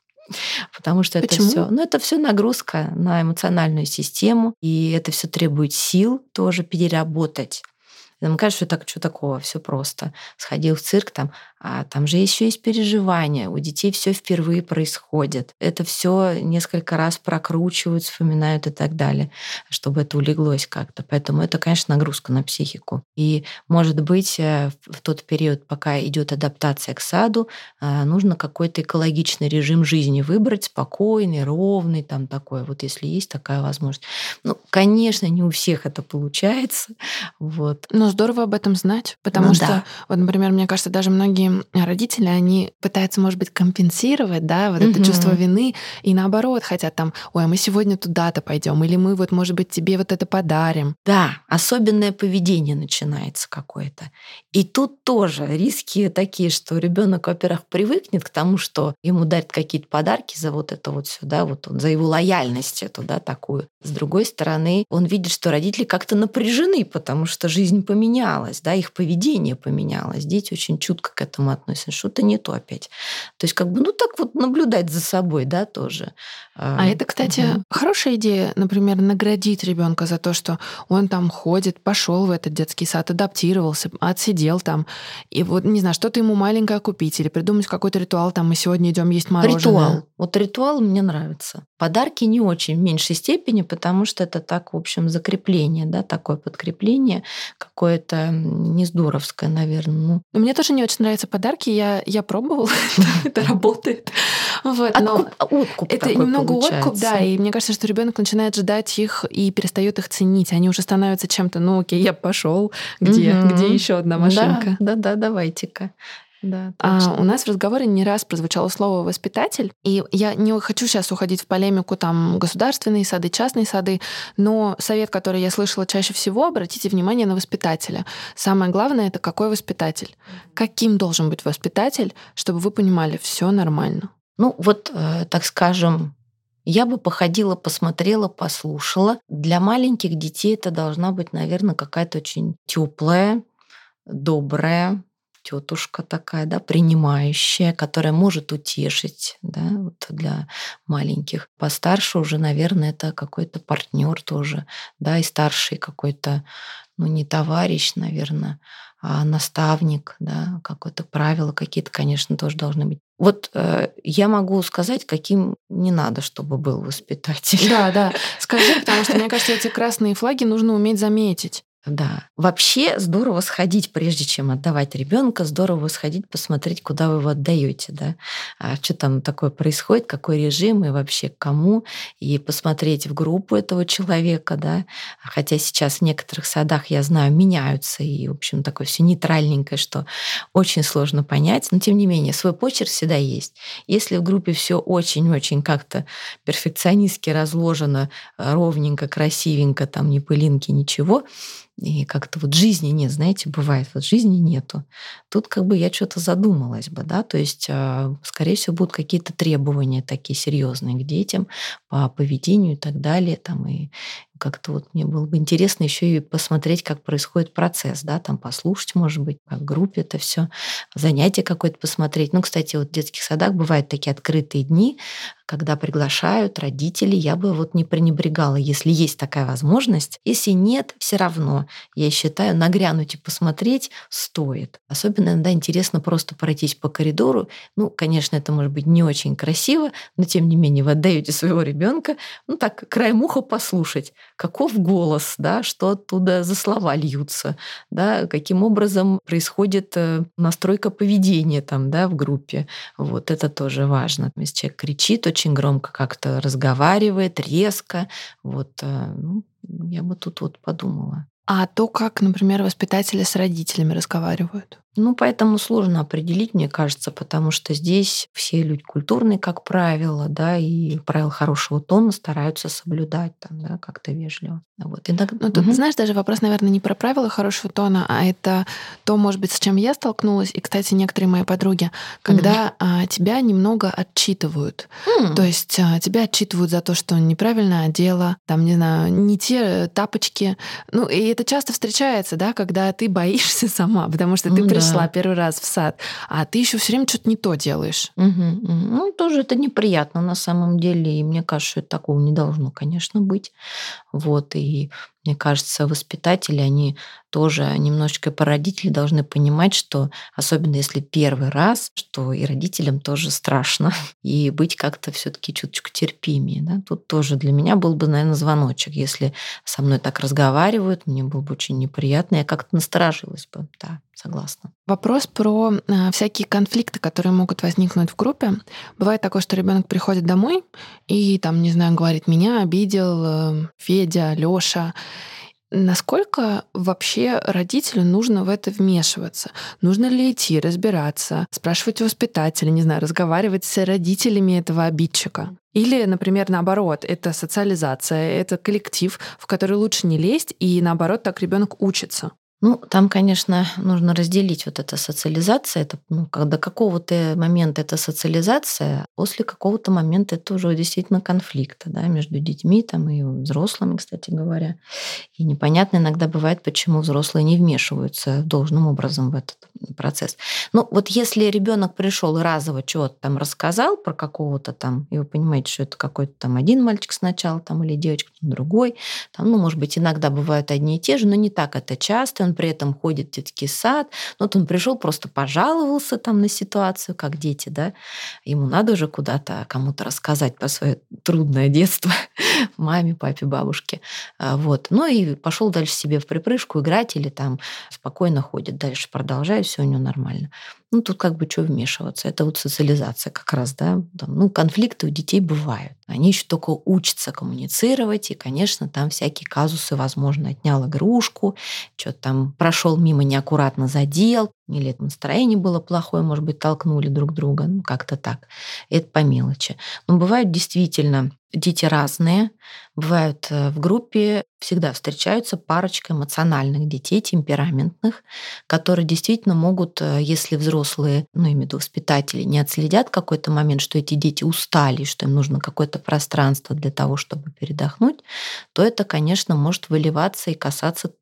Потому что это все, Почему? это все нагрузка на эмоциональную систему, и это все требует сил тоже переработать. Нам кажется, что так, что такого, все просто. Сходил в цирк, а там же еще есть переживания. У детей все впервые происходит. Это все несколько раз прокручивают, вспоминают и так далее, чтобы это улеглось как-то. Поэтому это, конечно, нагрузка на психику. И, может быть, в тот период, пока идет адаптация к саду, нужно какой-то экологичный режим жизни выбрать, спокойный, ровный, там такой, вот если есть такая возможность. Конечно, не у всех это получается. Вот. Но здорово об этом знать, потому что, Да. вот, например, мне кажется, даже многие родители, они пытаются, может быть, компенсировать, да, вот это Мгм. чувство вины, и наоборот хотят там, ой, а мы сегодня туда-то пойдем, или мы вот, может быть, тебе вот это подарим. Да, особенное поведение начинается какое-то. И тут тоже риски такие, что ребенок, во-первых, привыкнет к тому, что ему дарят какие-то подарки за вот это вот все, да, вот он, за его лояльность эту, да, такую. С другой стороны, он видит, что родители как-то напряжены, потому что жизнь поменялась, да, их поведение поменялось. Дети очень чутко к этому относятся. Что-то не то опять. То есть так вот наблюдать за собой, да, тоже. А это, кстати, хорошая идея, например, наградить ребенка за то, что он там ходит, пошел в этот детский сад, адаптировался, отсидел там. И вот, не знаю, что-то ему маленькое купить или придумать какой-то ритуал, там мы сегодня идем есть мороженое. Ритуал. Вот ритуал мне нравится. Подарки не очень, в меньшей степени, потому что это так, в общем, закрепление, да, такое подкрепление какое-то нездоровское, наверное. Но мне тоже не очень нравятся подарки, я пробовала, это работает. Вот, но Откуп это такой немного откуп, получается. да, и мне кажется, что ребенок начинает ждать их и перестает их ценить. Они уже становятся чем-то, окей, я пошел, где еще одна машинка? Да, давайте-ка. Да, У нас в разговоре не раз прозвучало слово «воспитатель», и я не хочу сейчас уходить в полемику там государственные сады, частные сады, но совет, который я слышала чаще всего, обратите внимание на воспитателя. Самое главное — это какой воспитатель. Каким должен быть воспитатель, чтобы вы понимали, все нормально. Так скажем, я бы походила, посмотрела, послушала. Для маленьких детей это должна быть, наверное, какая-то очень теплая, добрая тетушка такая, да, принимающая, которая может утешить, да, вот для маленьких. Постарше уже, наверное, это какой-то партнер тоже, да, и старший какой-то, ну, не товарищ, наверное, а наставник, да, какое-то правило какие-то, конечно, тоже должны быть. Вот я могу сказать, каким не надо, чтобы был воспитатель. Да, да. Скажи, потому что, мне кажется, эти красные флаги нужно уметь заметить. Да. Вообще здорово сходить, прежде чем отдавать ребенка, здорово сходить, посмотреть, куда вы его отдаете, да, что там такое происходит, какой режим и вообще к кому, и посмотреть в группу этого человека, да. Хотя сейчас в некоторых садах, я знаю, меняются, и, в общем, такое все нейтральненькое, что очень сложно понять, но тем не менее свой почерк всегда есть. Если в группе все очень-очень как-то перфекционистски разложено, ровненько, красивенько, там ни пылинки, ничего, и как-то вот жизни нет, знаете, бывает, вот жизни нету. Тут как бы я что-то задумалась бы, да, то есть, скорее всего, будут какие-то требования такие серьезные к детям по поведению и так далее, там, и как-то вот мне было бы интересно еще и посмотреть, как происходит процесс, да, там послушать, может быть, как в группе это все, занятие какое-то посмотреть. Ну, кстати, вот в детских садах бывают такие открытые дни, когда приглашают родителей, я бы вот не пренебрегала, если есть такая возможность. Если нет, все равно, я считаю, нагрянуть и посмотреть стоит. Особенно иногда интересно просто пройтись по коридору. Ну, конечно, это может быть не очень красиво, но тем не менее вы отдаете своего ребенка, ну так, краем уха послушать, каков голос, да, что оттуда за слова льются, да, каким образом происходит настройка поведения там, да, в группе. Вот это тоже важно. Если человек кричит, очень громко как-то разговаривает, резко, вот, ну, я бы тут вот подумала. А то, как, например, воспитатели с родителями разговаривают. Ну, поэтому сложно определить, мне кажется, потому что здесь все люди культурные, как правило, да, и правила хорошего тона стараются соблюдать, там, да, как-то вежливо. Вот. Иногда... Ну, тут, знаешь, даже вопрос, наверное, не про правила хорошего тона, а это то, может быть, с чем я столкнулась, и, кстати, некоторые мои подруги, когда тебя немного отчитывают. То есть тебя отчитывают за то, что неправильно одела, там, не знаю, не те тапочки. Ну, и это часто встречается, да, когда ты боишься сама, потому что ты пришла первый раз в сад, а ты еще все время что-то не то делаешь. Ну, тоже это неприятно на самом деле, и мне кажется, что это такого не должно, конечно, быть. Вот, и мне кажется, воспитатели, они тоже немножечко по родители должны понимать, что, особенно если первый раз, что и родителям тоже страшно, и быть как-то все таки чуточку терпимее. Да? Тут тоже для меня был бы, наверное, звоночек. Если со мной так разговаривают, мне было бы очень неприятно, я как-то насторожилась бы. Да, согласна. Вопрос про всякие конфликты, которые могут возникнуть в группе. Бывает такое, что ребенок приходит домой и там, не знаю, говорит: меня обидел Федя, Лёша. Насколько вообще родителю нужно в это вмешиваться? Нужно ли идти разбираться, спрашивать у воспитателя, не знаю, разговаривать с родителями этого обидчика? Или, например, наоборот, это социализация, это коллектив, в который лучше не лезть, и наоборот, так ребенок учится. Ну, там, конечно, нужно разделить вот эта социализация. Это, ну, до какого-то момента это социализация, после какого-то момента это уже действительно конфликт, да, между детьми там, и взрослыми, кстати говоря. И непонятно иногда бывает, почему взрослые не вмешиваются должным образом в этот процесс. Ну, вот если ребенок пришел и разово чего-то там рассказал про какого-то там, и вы понимаете, что это какой-то там один мальчик сначала там, или девочка, другой, там, ну, может быть, иногда бывают одни и те же, но не так это часто. Он при этом ходит в детский сад. Ну, вот он пришел, просто пожаловался там на ситуацию, как дети, да. Ему надо уже куда-то кому-то рассказать про свое трудное детство маме, папе, бабушке. Вот. Ну и пошел дальше себе в припрыжку играть или там спокойно ходит дальше, продолжает, все у него нормально. Ну, тут как бы что вмешиваться? Это вот социализация как раз, да. Там, ну, конфликты у детей бывают. Они еще только учатся коммуницировать, и, конечно, там всякие казусы, возможно, отнял игрушку, что-то там прошел мимо, неаккуратно задел, или это настроение было плохое, может быть, толкнули друг друга, ну, как-то так. Это по мелочи. Но бывают действительно дети разные. Бывают в группе, всегда встречаются парочка эмоциональных детей, темпераментных, которые действительно могут, если взрослые, ну, имею в виду воспитатели, не отследят какой-то момент, что эти дети устали, что им нужно какое-то пространство для того, чтобы передохнуть, то это, конечно, может выливаться и касаться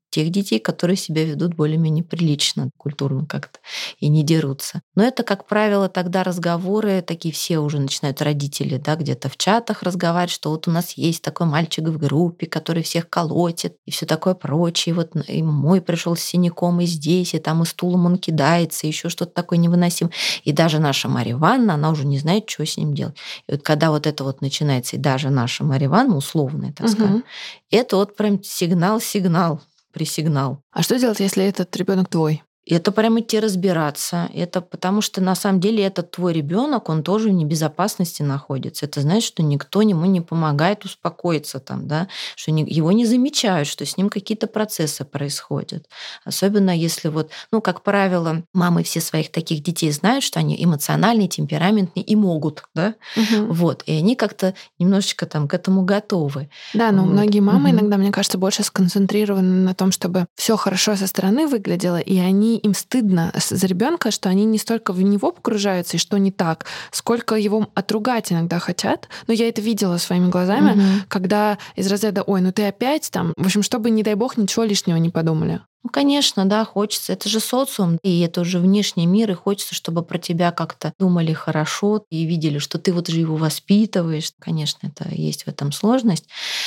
тех детей, которые себя ведут более-менее прилично, культурно как-то, и не дерутся. Но это, как правило, тогда разговоры такие все уже начинают родители, да, где-то в чатах разговаривать, что вот у нас есть такой мальчик в группе, который всех колотит и все такое прочее. Вот и мой пришел с синяком и здесь, и там и стулом он кидается, и еще что-то такое невыносимое. И даже наша Марья Ивановна, она уже не знает, что с ним делать. И вот когда вот это вот начинается, и даже наша Марья Ивановна, условная, так сказать, это вот прям сигнал, присигнал. А что делать, если этот ребенок твой? Это прям идти разбираться. Это потому что на самом деле этот твой ребенок, он тоже в небезопасности находится. Это значит, что никто ему не помогает успокоиться там, да, что его не замечают, что с ним какие-то процессы происходят. Особенно если вот, ну, как правило, мамы все своих таких детей знают, что они эмоциональные, темпераментные и могут, да, вот, и они как-то немножечко там к этому готовы. Да, но многие мамы иногда, мне кажется, больше сконцентрированы на том, чтобы все хорошо со стороны выглядело, и им стыдно за ребенка, что они не столько в него погружаются и что не так, сколько его отругать иногда хотят. Но я это видела своими глазами, когда из разряда «Ой, ну ты опять там...» В общем, чтобы, не дай бог, ничего лишнего не подумали. Ну, конечно, да, хочется. Это же социум, и это уже внешний мир, и хочется, чтобы про тебя как-то думали хорошо и видели, что ты вот же его воспитываешь. Конечно, это есть в этом сложность.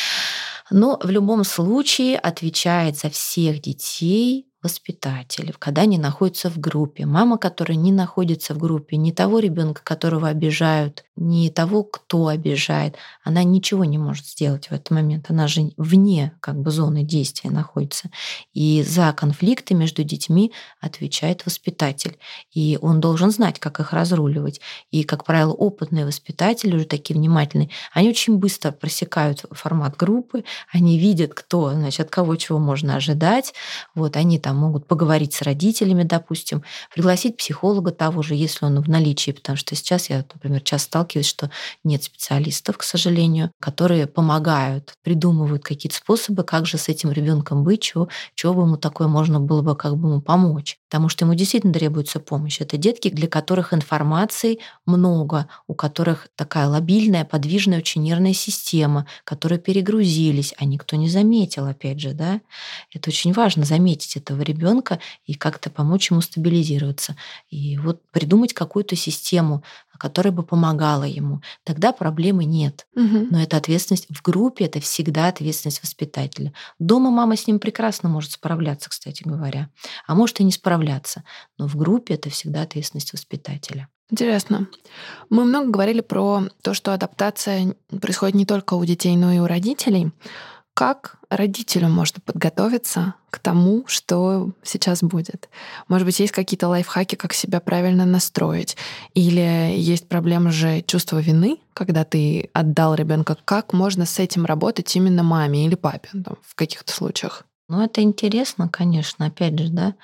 Но в любом случае отвечает за всех детей воспитатель, когда они находятся в группе. Мама, которая не находится в группе, не того ребенка, которого обижают, не того, кто обижает, она ничего не может сделать в этот момент. Она же вне как бы зоны действия находится. И за конфликты между детьми отвечает воспитатель. И он должен знать, как их разруливать. И, как правило, опытные воспитатели, уже такие внимательные, они очень быстро просекают формат группы, они видят, кто, значит, от кого чего можно ожидать. Вот, они там могут поговорить с родителями, допустим, пригласить психолога того же, если он в наличии, потому что сейчас я, например, часто сталкиваюсь, что нет специалистов, к сожалению, которые помогают, придумывают какие-то способы, как же с этим ребенком быть, чего бы ему такое можно было бы как бы ему помочь. Потому что ему действительно требуется помощь. Это детки, для которых информации много, у которых такая лобильная, подвижная очень нервная система, которые перегрузились, а никто не заметил, опять же, да. Это очень важно заметить этого ребенка и как-то помочь ему стабилизироваться. И вот придумать какую-то систему, которая бы помогала ему. Тогда проблемы нет. Но это ответственность в группе, это всегда ответственность воспитателя. Дома мама с ним прекрасно может справляться, кстати говоря, а может и не справляться. Но в группе это всегда ответственность воспитателя. Интересно. Мы много говорили про то, что адаптация происходит не только у детей, но и у родителей. Как родителю можно подготовиться к тому, что сейчас будет? Может быть, есть какие-то лайфхаки, как себя правильно настроить? Или есть проблема же чувства вины, когда ты отдал ребенка? Как можно с этим работать именно маме или папе там, в каких-то случаях? Ну, это интересно, конечно, опять же, да.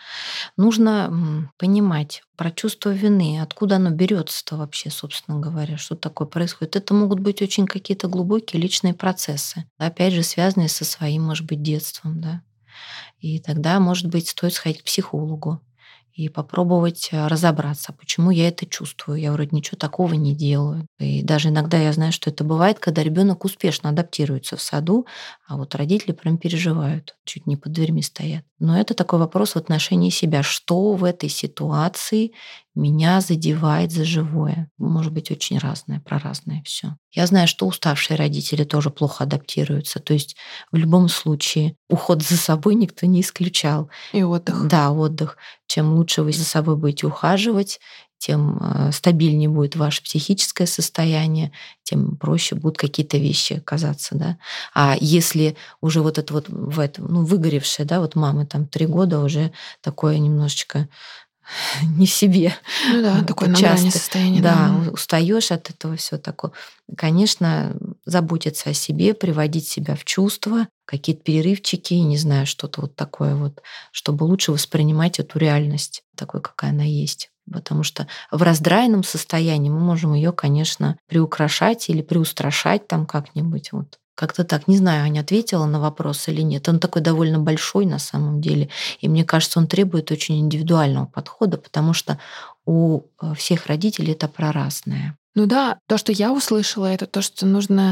Нужно понимать про чувство вины, откуда оно берется-то вообще, собственно говоря, что такое происходит. Это могут быть очень какие-то глубокие личные процессы, опять же, связанные со своим, может быть, детством, да. И тогда, может быть, стоит сходить к психологу и попробовать разобраться, почему я это чувствую. Я вроде ничего такого не делаю. И даже иногда я знаю, что это бывает, когда ребенок успешно адаптируется в саду, а вот родители прям переживают, чуть не под дверьми стоят. Но это такой вопрос в отношении себя. Что в этой ситуации меня задевает за живое? Может быть очень разное, про разное все. Я знаю, что уставшие родители тоже плохо адаптируются. То есть в любом случае уход за собой никто не исключал. И отдых. Да, отдых. Чем лучше вы за собой будете ухаживать, тем стабильнее будет ваше психическое состояние, тем проще будут какие-то вещи казаться, да. А если уже вот это вот в этом, выгоревшее, да, вот мамы там 3 года уже такое немножечко не в себе. Ну да, такое на грани состояние. Да, устаешь от этого все такое. Конечно, заботиться о себе, приводить себя в чувство, какие-то перерывчики, не знаю, что-то вот такое вот, чтобы лучше воспринимать эту реальность такой, какая она есть. Потому что в раздраенном состоянии мы можем ее, конечно, приукрашать или приустрашать там как-нибудь. Вот. Как-то так. Не знаю, Аня ответила на вопрос или нет. Он такой довольно большой на самом деле. И мне кажется, он требует очень индивидуального подхода, потому что у всех родителей это про разное. Ну да, то, что я услышала, это то, что нужно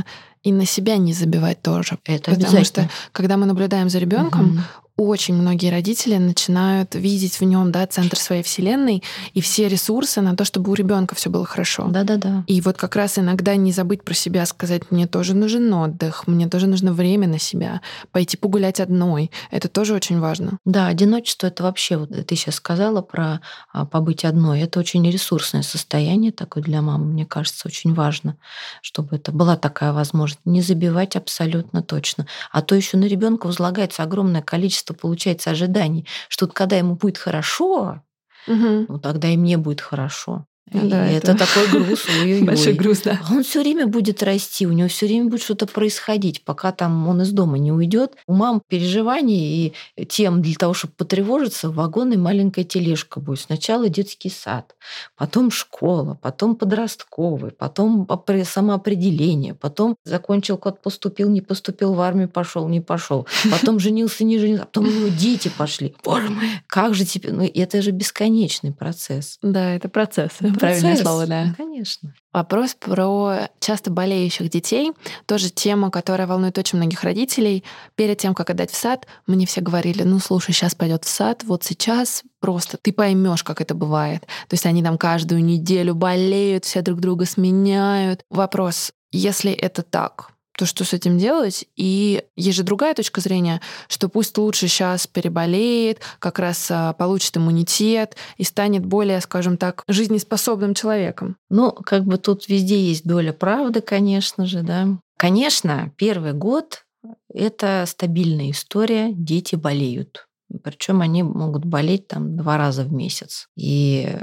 И на себя не забивать тоже. Это Потому обязательно. что, когда мы наблюдаем за ребенком, очень многие родители начинают видеть в нем, да, центр своей вселенной и все ресурсы на то, чтобы у ребенка все было хорошо. Да-да-да. И вот как раз иногда не забыть про себя, сказать, мне тоже нужен отдых, мне тоже нужно время на себя, пойти погулять одной. Это тоже очень важно. Да, одиночество — это вообще, вот ты сейчас сказала про побыть одной. Это очень ресурсное состояние такое для мамы. Мне кажется, очень важно, чтобы это была такая возможность. Не забивать абсолютно точно. А то еще на ребенка возлагается огромное количество, получается, ожиданий, что вот когда ему будет хорошо, ну тогда и мне будет хорошо. Да, И это такой груз, ой-ой-ой. большой груз, да. А он все время будет расти, у него все время будет что-то происходить, пока там он из дома не уйдет. У мам переживаний и тем для того, чтобы потревожиться, вагон и маленькая тележка будет. Сначала детский сад, потом школа, потом подростковый, потом самоопределение, потом закончил год, поступил, не поступил, в армию пошел, не пошел, потом женился, не женился, а потом у него дети пошли. Боже мой, как же теперь? Ну, это же бесконечный процесс. Да, это процесс. Правильное слово, да. Конечно. Вопрос про часто болеющих детей. Тоже тема, которая волнует очень многих родителей. Перед тем, как отдать в сад, мне все говорили, ну, слушай, сейчас пойдет в сад, вот сейчас просто ты поймешь, как это бывает. То есть они там каждую неделю болеют, все друг друга сменяют. Вопрос, если это так, то что с этим делать? И есть же другая точка зрения, что пусть лучше сейчас переболеет, как раз получит иммунитет и станет более, скажем так, жизнеспособным человеком. Ну, как бы тут везде есть доля правды, конечно же, да. Конечно, первый год — это стабильная история, дети болеют. Причем они могут болеть там 2 раза в месяц. И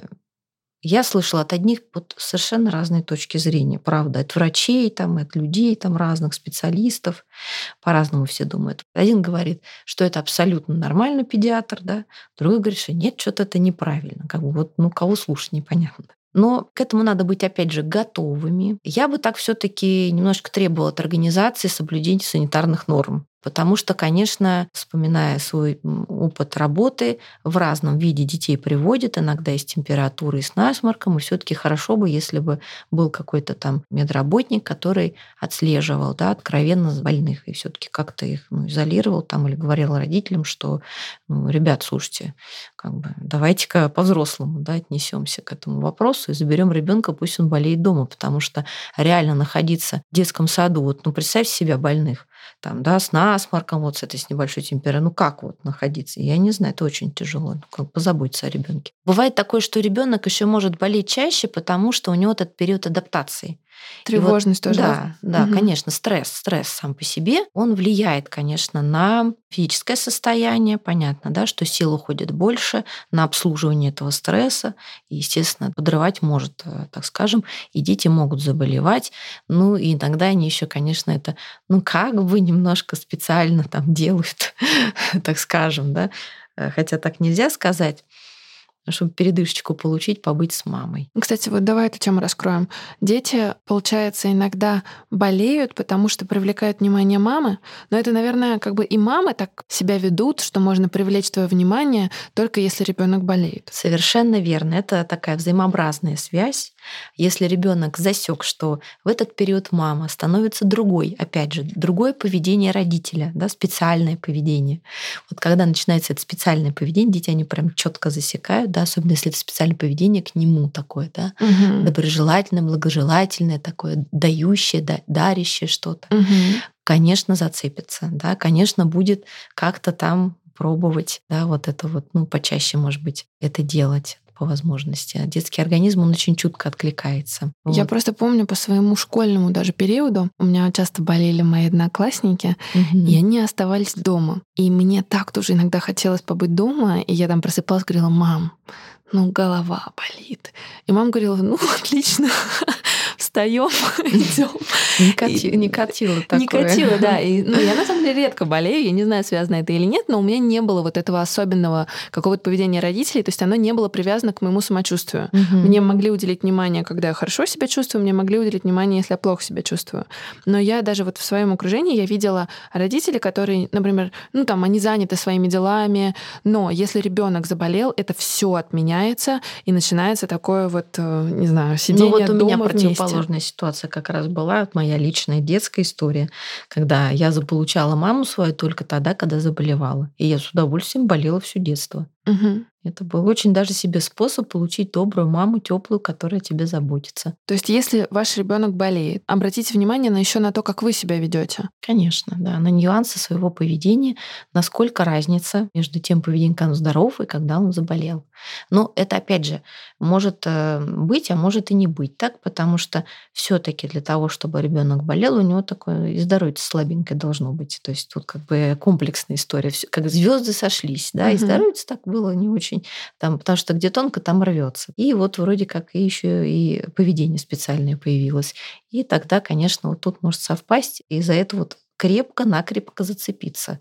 я слышала от одних вот совершенно разные точки зрения, правда, от врачей, там, от людей, там, разных специалистов, по-разному все думают. Один говорит, что это абсолютно нормально, педиатр, да, другой говорит, что нет, что-то это неправильно, как бы вот, ну, кого слушать, непонятно. Но к этому надо быть, опять же, готовыми. Я бы так все-таки немножко требовала от организации соблюдения санитарных норм. Потому что, конечно, вспоминая свой опыт работы, в разном виде детей приводят, иногда и с температурой, и с насморком, и все-таки хорошо бы, если бы был какой-то там медработник, который отслеживал, да, откровенно больных, и все-таки как-то их изолировал там или говорил родителям, что, ребят, слушайте, как бы давайте-ка по-взрослому, да, отнесемся к этому вопросу и заберем ребенка, пусть он болеет дома, потому что реально находиться в детском саду, вот, представь себя больных, там, да, с насморком, вот с этой с небольшой температурой. Как вот находиться? Я не знаю, это очень тяжело. Как позаботиться о ребенке. Бывает такое, что ребенок еще может болеть чаще, потому что у него этот период адаптации. Тревожность вот, тоже. Да, конечно, стресс сам по себе, он влияет, конечно, на физическое состояние, понятно, да, что сил уходит больше на обслуживание этого стресса, и, естественно, подрывать может, так скажем, и дети могут заболевать, и иногда они еще, конечно, это, как бы немножко специально там делают, так скажем, да, хотя так нельзя сказать, чтобы передышечку получить, побыть с мамой. Кстати, вот давай эту тему раскроем. Дети, получается, иногда болеют, потому что привлекают внимание мамы, но это, наверное, как бы и мамы так себя ведут, что можно привлечь твое внимание только если ребенок болеет. Совершенно верно. Это такая взаимообразная связь. Если ребенок засек, что в этот период мама становится другой, опять же, другое поведение родителя, да, специальное поведение. Вот когда начинается это специальное поведение, дети, они прям четко засекают, да, особенно если это специальное поведение к нему такое, да, доброжелательное, благожелательное такое, дающее, дарящее что-то. Конечно, зацепится, да, конечно, будет как-то там пробовать, да, вот это вот, почаще, может быть, это делать по возможности. А детский организм, он очень чутко откликается. Я просто помню по своему школьному даже периоду, у меня часто болели мои одноклассники, и они оставались дома. И мне так тоже иногда хотелось побыть дома, и я там просыпалась, говорила: мам, голова болит. И мама говорила: отлично, встаем, идем. Не катило такое. Не катило, да. И, я на самом деле редко болею, я не знаю, связано это или нет, но у меня не было вот этого особенного какого-то поведения родителей, то есть оно не было привязано к моему самочувствию. Мне могли уделить внимание, когда я хорошо себя чувствую, мне могли уделить внимание, если я плохо себя чувствую. Но я даже вот в своем окружении я видела родителей, которые, например, они заняты своими делами, но если ребенок заболел, это все отменяется, и начинается такое вот, не знаю, сидение дома у меня вместе. сложная ситуация как раз была, моя личная детская история, когда я заполучала маму свою только тогда, когда заболевала. И я с удовольствием болела все детство. Мгм. Это был очень даже себе способ получить добрую маму, теплую, которая о тебе заботится. То есть, если ваш ребенок болеет, обратите внимание еще на то, как вы себя ведете. Конечно, да, на нюансы своего поведения, насколько разница между тем поведением, когда он здоров и когда он заболел. Но это, опять же, может быть, а может и не быть так, потому что все-таки для того, чтобы ребенок болел, у него такое и здоровье слабенькое должно быть. То есть тут как бы комплексная история, всё, как звезды сошлись, да, и Мгм. здоровье так было не очень, там, потому что где тонко, там рвется. И вот вроде как и еще и поведение специальное появилось. И тогда, конечно, вот тут может совпасть, и за это вот крепко-накрепко зацепиться.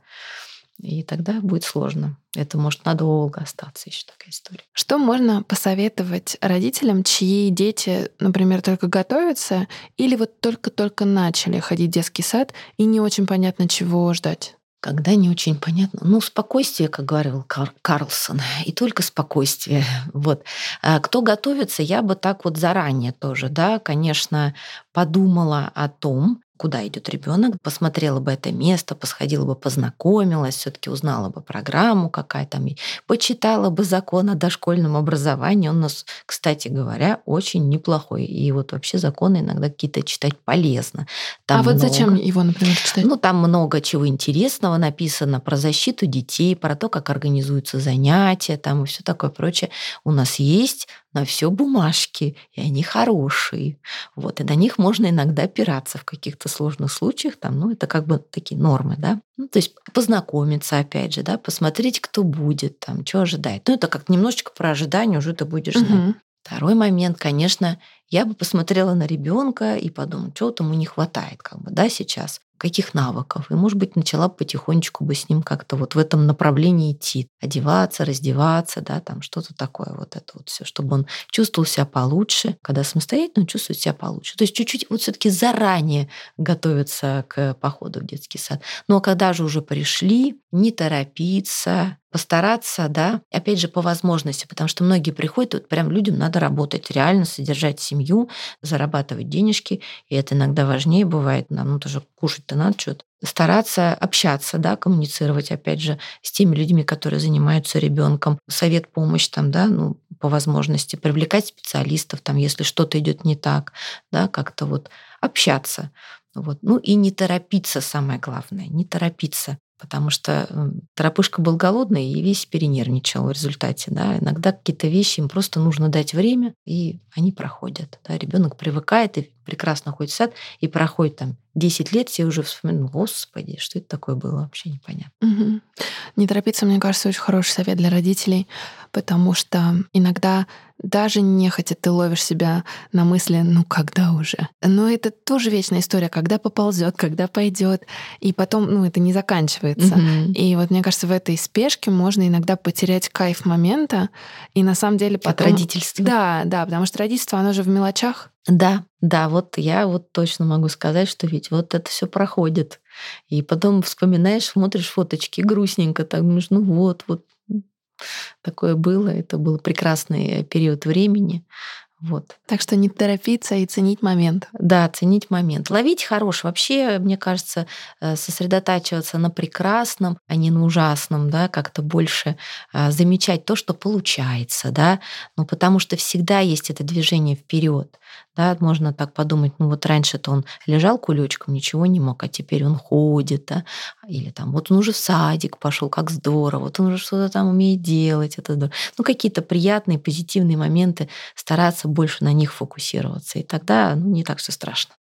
И тогда будет сложно. Это может надолго остаться, еще такая история. Что можно посоветовать родителям, чьи дети, например, только готовятся или вот только-только начали ходить в детский сад и не очень понятно, чего ждать? Когда не очень понятно. Ну, спокойствие, как говорил Карлсон, и только спокойствие. Вот. А кто готовится, я бы так вот заранее тоже, да, конечно, подумала о том, куда идет ребенок, посмотрела бы это место, посходила бы, познакомилась, все-таки узнала бы программу, какая там, и почитала бы закон о дошкольном образовании. Он у нас, кстати говоря, очень неплохой. И вот вообще законы иногда какие-то читать полезно. Там А вот зачем много. его, например, читать? Ну, там много чего интересного написано про защиту детей, про то, как организуются занятия, там и все такое прочее. У нас есть на все бумажки, и они хорошие. Вот, и на них можно иногда опираться в каких-то сложных случаях. Там, ну, это как бы такие нормы, да. Ну, то есть познакомиться, опять же, да, посмотреть, кто будет, там, что ожидает. Ну, это как немножечко про ожидание, уже ты будешь знать. Мгм. Второй момент, конечно, я бы посмотрела на ребенка и подумала, чего вот ему не хватает, как бы, да, сейчас, каких навыков. И, может быть, начала потихонечку бы с ним как-то вот в этом направлении идти. Одеваться, раздеваться, да, там что-то такое, вот это вот все, чтобы он чувствовал себя получше. Когда самостоятельно, он чувствует себя получше. То есть чуть-чуть вот все-таки заранее готовиться к походу в детский сад. Ну, а когда же уже пришли, не торопиться, постараться, да, опять же, по возможности, потому что многие приходят, вот прям людям надо работать, реально содержать семью, зарабатывать денежки, и это иногда важнее бывает, нам ну, тоже кушать-то надо что-то. Стараться общаться, да, коммуницировать, опять же, с теми людьми, которые занимаются ребенком, совет, помощь там, да, ну, по возможности, привлекать специалистов, там, если что-то идет не так, да, как-то вот общаться. Вот. Ну и не торопиться, самое главное, не торопиться. Потому что торопышка был голодный и весь перенервничал в результате. Да. Иногда какие-то вещи им просто нужно дать время, и они проходят. Да. Ребенок привыкает и прекрасно ходит в сад, и проходит там 10 лет, все уже вспоминают, господи, что это такое было, вообще непонятно. Мгм. Не торопиться, мне кажется, очень хороший совет для родителей, потому что иногда даже нехотя ты ловишь себя на мысли, ну когда уже? Но это тоже вечная история, когда поползет, когда пойдет, и потом, ну это не заканчивается. Мгм. И вот мне кажется, в этой спешке можно иногда потерять кайф момента, и на самом деле От потом... родительства. Да, потому что родительство, оно же в мелочах. Да, да, вот я вот точно могу сказать, что ведь вот это все проходит. И потом вспоминаешь, смотришь фоточки, грустненько так, думаешь, ну вот, такое было, это был прекрасный период времени. Вот. Так что не торопиться и ценить момент. Да, ценить момент. Ловить хорош. Вообще, мне кажется, сосредотачиваться на прекрасном, а не на ужасном, да, как-то больше замечать то, что получается, да, ну, потому что всегда есть это движение вперед, да, можно так подумать, ну, вот раньше-то он лежал кулечком, ничего не мог, а теперь он ходит, да, или там, вот он уже в садик пошел, как здорово, вот он уже что-то там умеет делать, это здорово. Ну, какие-то приятные, позитивные моменты, стараться больше на них фокусироваться. И тогда ну, не так все страшно.